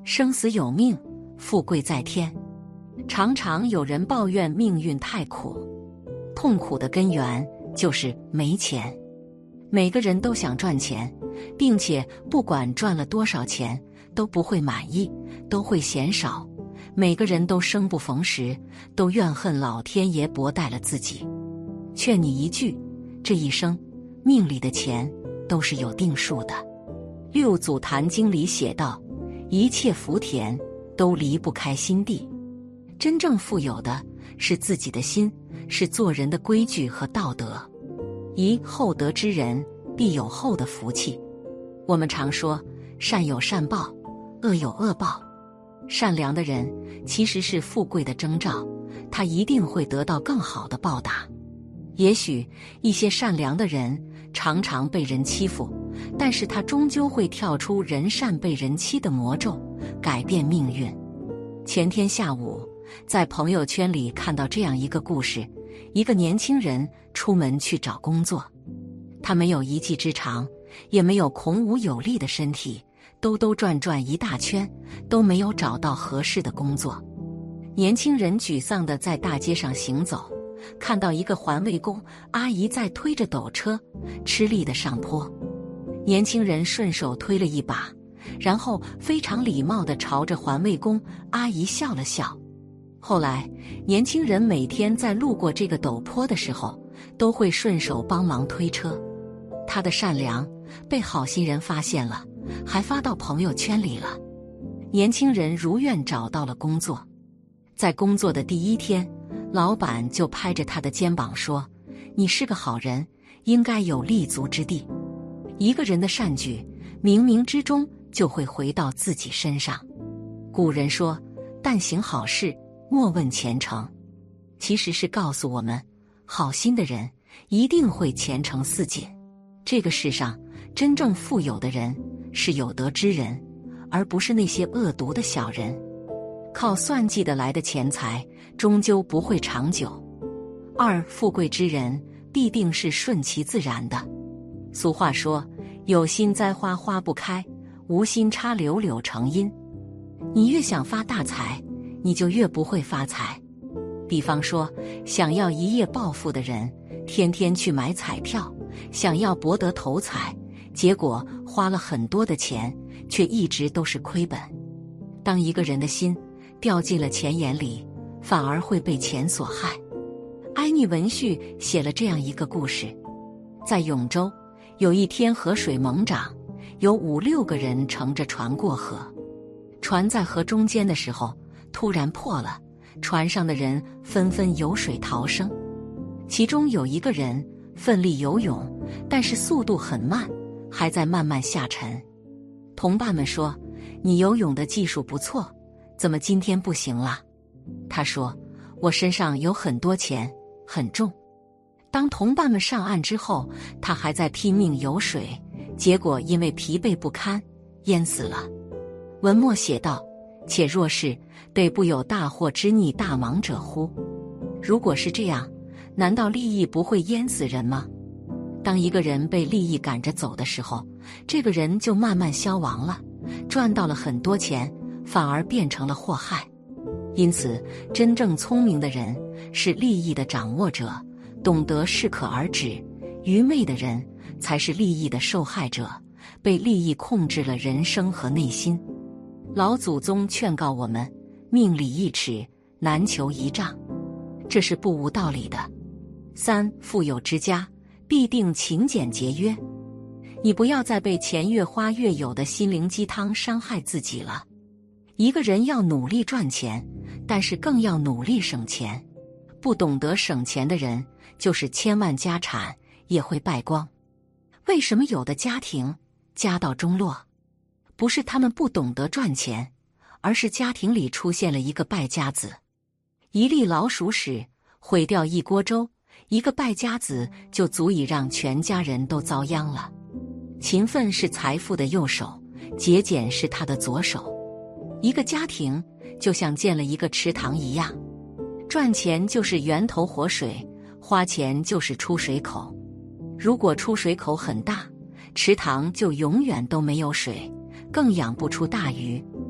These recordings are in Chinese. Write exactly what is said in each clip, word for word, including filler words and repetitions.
生死有命，富贵在天。常常有人抱怨命运太苦，痛苦的根源就是没钱。每个人都想赚钱，并且不管赚了多少钱都不会满意，都会嫌少。每个人都生不逢时，都怨恨老天爷薄待了自己。劝你一句，这一生命里的钱都是有定数的。六祖坛经里写道，一切福田都离不开心地。真正富有的是自己的心，是做人的规矩和道德。宜厚德之人必有厚的福气。我们常说善有善报，恶有恶报。善良的人其实是富贵的征兆，他一定会得到更好的报答。也许一些善良的人常常被人欺负，但是他终究会跳出人善被人欺的魔咒，改变命运。前天下午在朋友圈里看到这样一个故事，一个年轻人出门去找工作，他没有一技之长，也没有孔武有力的身体，兜兜转转一大圈都没有找到合适的工作。年轻人沮丧地在大街上行走，看到一个环卫工阿姨在推着斗车吃力地上坡，年轻人顺手推了一把，然后非常礼貌地朝着环卫工阿姨笑了笑。后来年轻人每天在路过这个陡坡的时候都会顺手帮忙推车。他的善良被好心人发现了，还发到朋友圈里了。年轻人如愿找到了工作。在工作的第一天，老板就拍着他的肩膀说，你是个好人，应该有立足之地。一个人的善举冥冥之中就会回到自己身上。古人说，但行好事，莫问前程，其实是告诉我们，好心的人一定会前程似锦。这个世上真正富有的人是有德之人，而不是那些恶毒的小人。靠算计得来的钱财终究不会长久。二，富贵之人必定是顺其自然的。俗话说，有心栽花花不开，无心插柳柳成荫。你越想发大财，你就越不会发财。比方说，想要一夜暴富的人天天去买彩票，想要博得头彩，结果花了很多的钱，却一直都是亏本。当一个人的心掉进了钱眼里，反而会被钱所害。埃尼文旭写了这样一个故事，在永州有一天河水猛涨，有五六个人乘着船过河，船在河中间的时候突然破了，船上的人纷纷游水逃生。其中有一个人奋力游泳，但是速度很慢，还在慢慢下沉。同伴们说，你游泳的技术不错，怎么今天不行了？他说，我身上有很多钱，很重。当同伴们上岸之后，他还在拼命游水，结果因为疲惫不堪淹死了。文末写道，且若是得不有大祸之逆大忙者乎？如果是这样，难道利益不会淹死人吗？当一个人被利益赶着走的时候，这个人就慢慢消亡了，赚到了很多钱，反而变成了祸害。因此，真正聪明的人是利益的掌握者，懂得适可而止；愚昧的人才是利益的受害者，被利益控制了人生和内心。老祖宗劝告我们，命里一尺，难求一丈，这是不无道理的。三，富有之家必定勤俭节约。你不要再被钱越花越有的心灵鸡汤伤害自己了。一个人要努力赚钱，但是更要努力省钱。不懂得省钱的人，就是千万家产也会败光。为什么有的家庭家道中落？不是他们不懂得赚钱，而是家庭里出现了一个败家子。一粒老鼠屎毁掉一锅粥，一个败家子就足以让全家人都遭殃了。勤奋是财富的右手，节俭是他的左手。一个家庭就像建了一个池塘一样，赚钱就是源头活水，花钱就是出水口。如果出水口很大，池塘就永远都没有水，更养不出大鱼。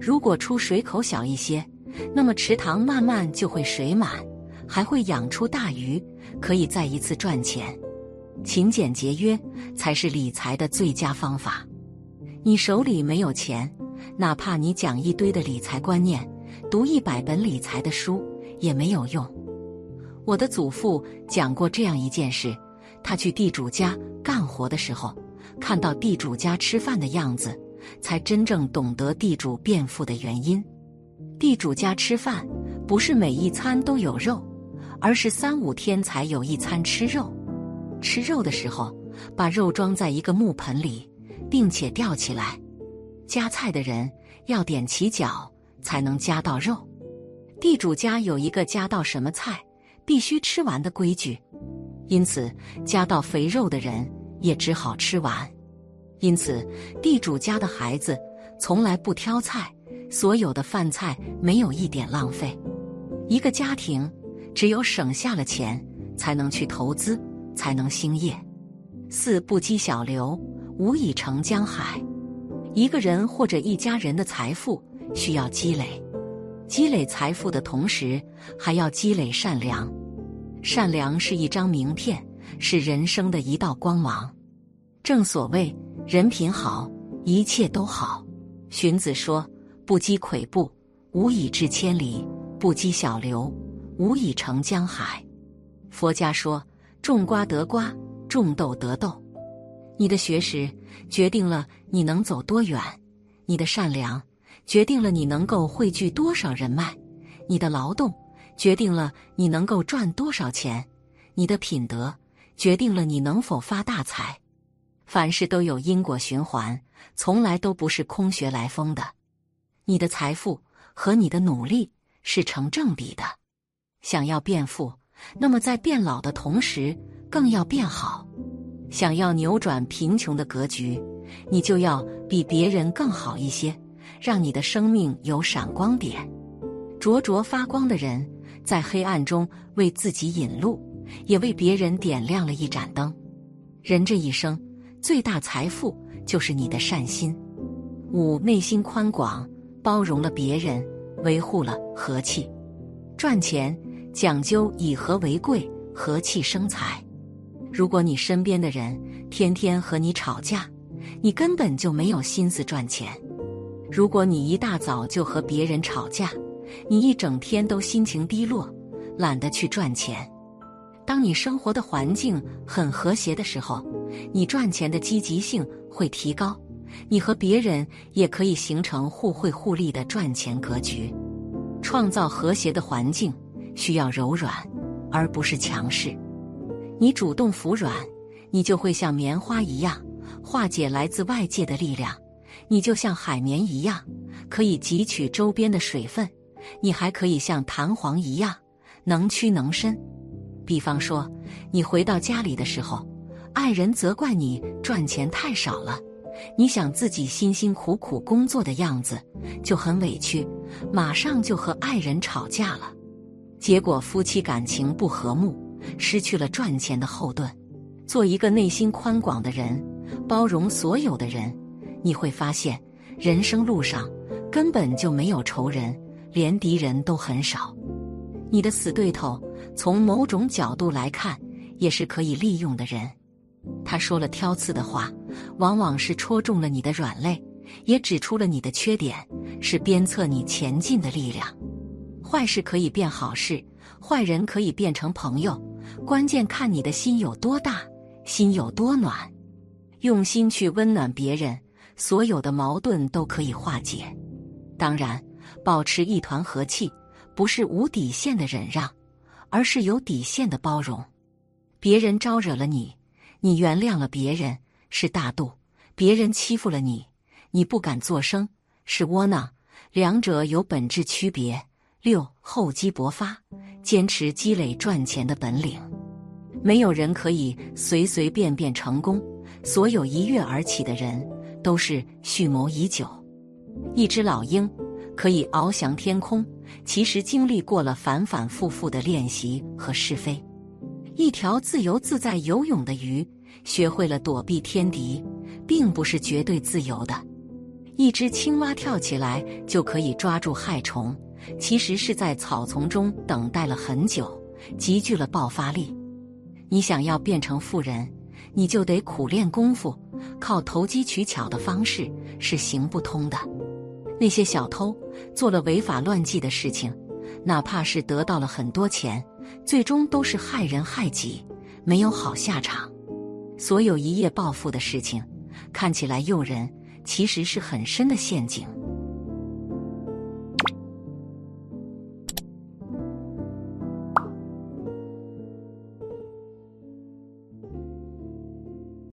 如果出水口小一些，那么池塘慢慢就会水满，还会养出大鱼，可以再一次赚钱。勤俭节约才是理财的最佳方法。你手里没有钱，哪怕你讲一堆的理财观念，读一百本理财的书也没有用。我的祖父讲过这样一件事，他去地主家干活的时候，看到地主家吃饭的样子，才真正懂得地主变富的原因。地主家吃饭不是每一餐都有肉，而是三五天才有一餐吃肉。吃肉的时候，把肉装在一个木盆里，并且吊起来。夹菜的人要踮起脚才能夹到肉。地主家有一个夹到什么菜必须吃完的规矩，因此夹到肥肉的人也只好吃完。因此地主家的孩子从来不挑菜，所有的饭菜没有一点浪费。一个家庭只有省下了钱，才能去投资，才能兴业。四不积小流，无以成江海。一个人或者一家人的财富需要积累，积累财富的同时，还要积累善良。善良是一张名片，是人生的一道光芒。正所谓人品好，一切都好。荀子说，不积跬步，无以至千里；不积小流，无以成江海。佛家说，种瓜得瓜，种豆得豆。你的学识决定了你能走多远，你的善良决定了你能够汇聚多少人脉，你的劳动决定了你能够赚多少钱，你的品德决定了你能否发大财。凡事都有因果循环，从来都不是空穴来风的。你的财富和你的努力是成正比的。想要变富，那么在变老的同时更要变好。想要扭转贫穷的格局，你就要比别人更好一些，让你的生命有闪光点。灼灼发光的人，在黑暗中为自己引路，也为别人点亮了一盏灯。人这一生，最大财富就是你的善心。五、内心宽广，包容了别人，维护了和气。赚钱讲究以和为贵，和气生财。如果你身边的人天天和你吵架，你根本就没有心思赚钱。如果你一大早就和别人吵架，你一整天都心情低落，懒得去赚钱。当你生活的环境很和谐的时候，你赚钱的积极性会提高，你和别人也可以形成互惠互利的赚钱格局。创造和谐的环境需要柔软，而不是强势。你主动服软，你就会像棉花一样，化解来自外界的力量。你就像海绵一样，可以汲取周边的水分。你还可以像弹簧一样，能屈能伸。比方说，你回到家里的时候，爱人责怪你赚钱太少了，你想自己辛辛苦苦工作的样子，就很委屈，马上就和爱人吵架了。结果夫妻感情不和睦，失去了赚钱的后盾。做一个内心宽广的人，包容所有的人，你会发现人生路上根本就没有仇人，连敌人都很少。你的死对头，从某种角度来看，也是可以利用的人。他说了挑刺的话，往往是戳中了你的软肋，也指出了你的缺点，是鞭策你前进的力量。坏事可以变好事，坏人可以变成朋友，关键看你的心有多大，心有多暖。用心去温暖别人，所有的矛盾都可以化解。当然，保持一团和气，不是无底线的忍让，而是有底线的包容。别人招惹了你，你原谅了别人，是大度；别人欺负了你，你不敢作声，是窝囊。两者有本质区别。六、厚积薄发，坚持积累赚钱的本领。没有人可以随随便便成功，所有一跃而起的人都是蓄谋已久。一只老鹰可以翱翔天空，其实经历过了反反复复的练习和试飞。一条自由自在游泳的鱼，学会了躲避天敌，并不是绝对自由的。 一只青蛙跳起来就可以抓住害虫，其实是在草丛中等待了很久，积聚了爆发力。你想要变成富人，你就得苦练功夫，靠投机取巧的方式是行不通的。那些小偷做了违法乱纪的事情，哪怕是得到了很多钱，最终都是害人害己，没有好下场。所有一夜暴富的事情，看起来诱人，其实是很深的陷阱。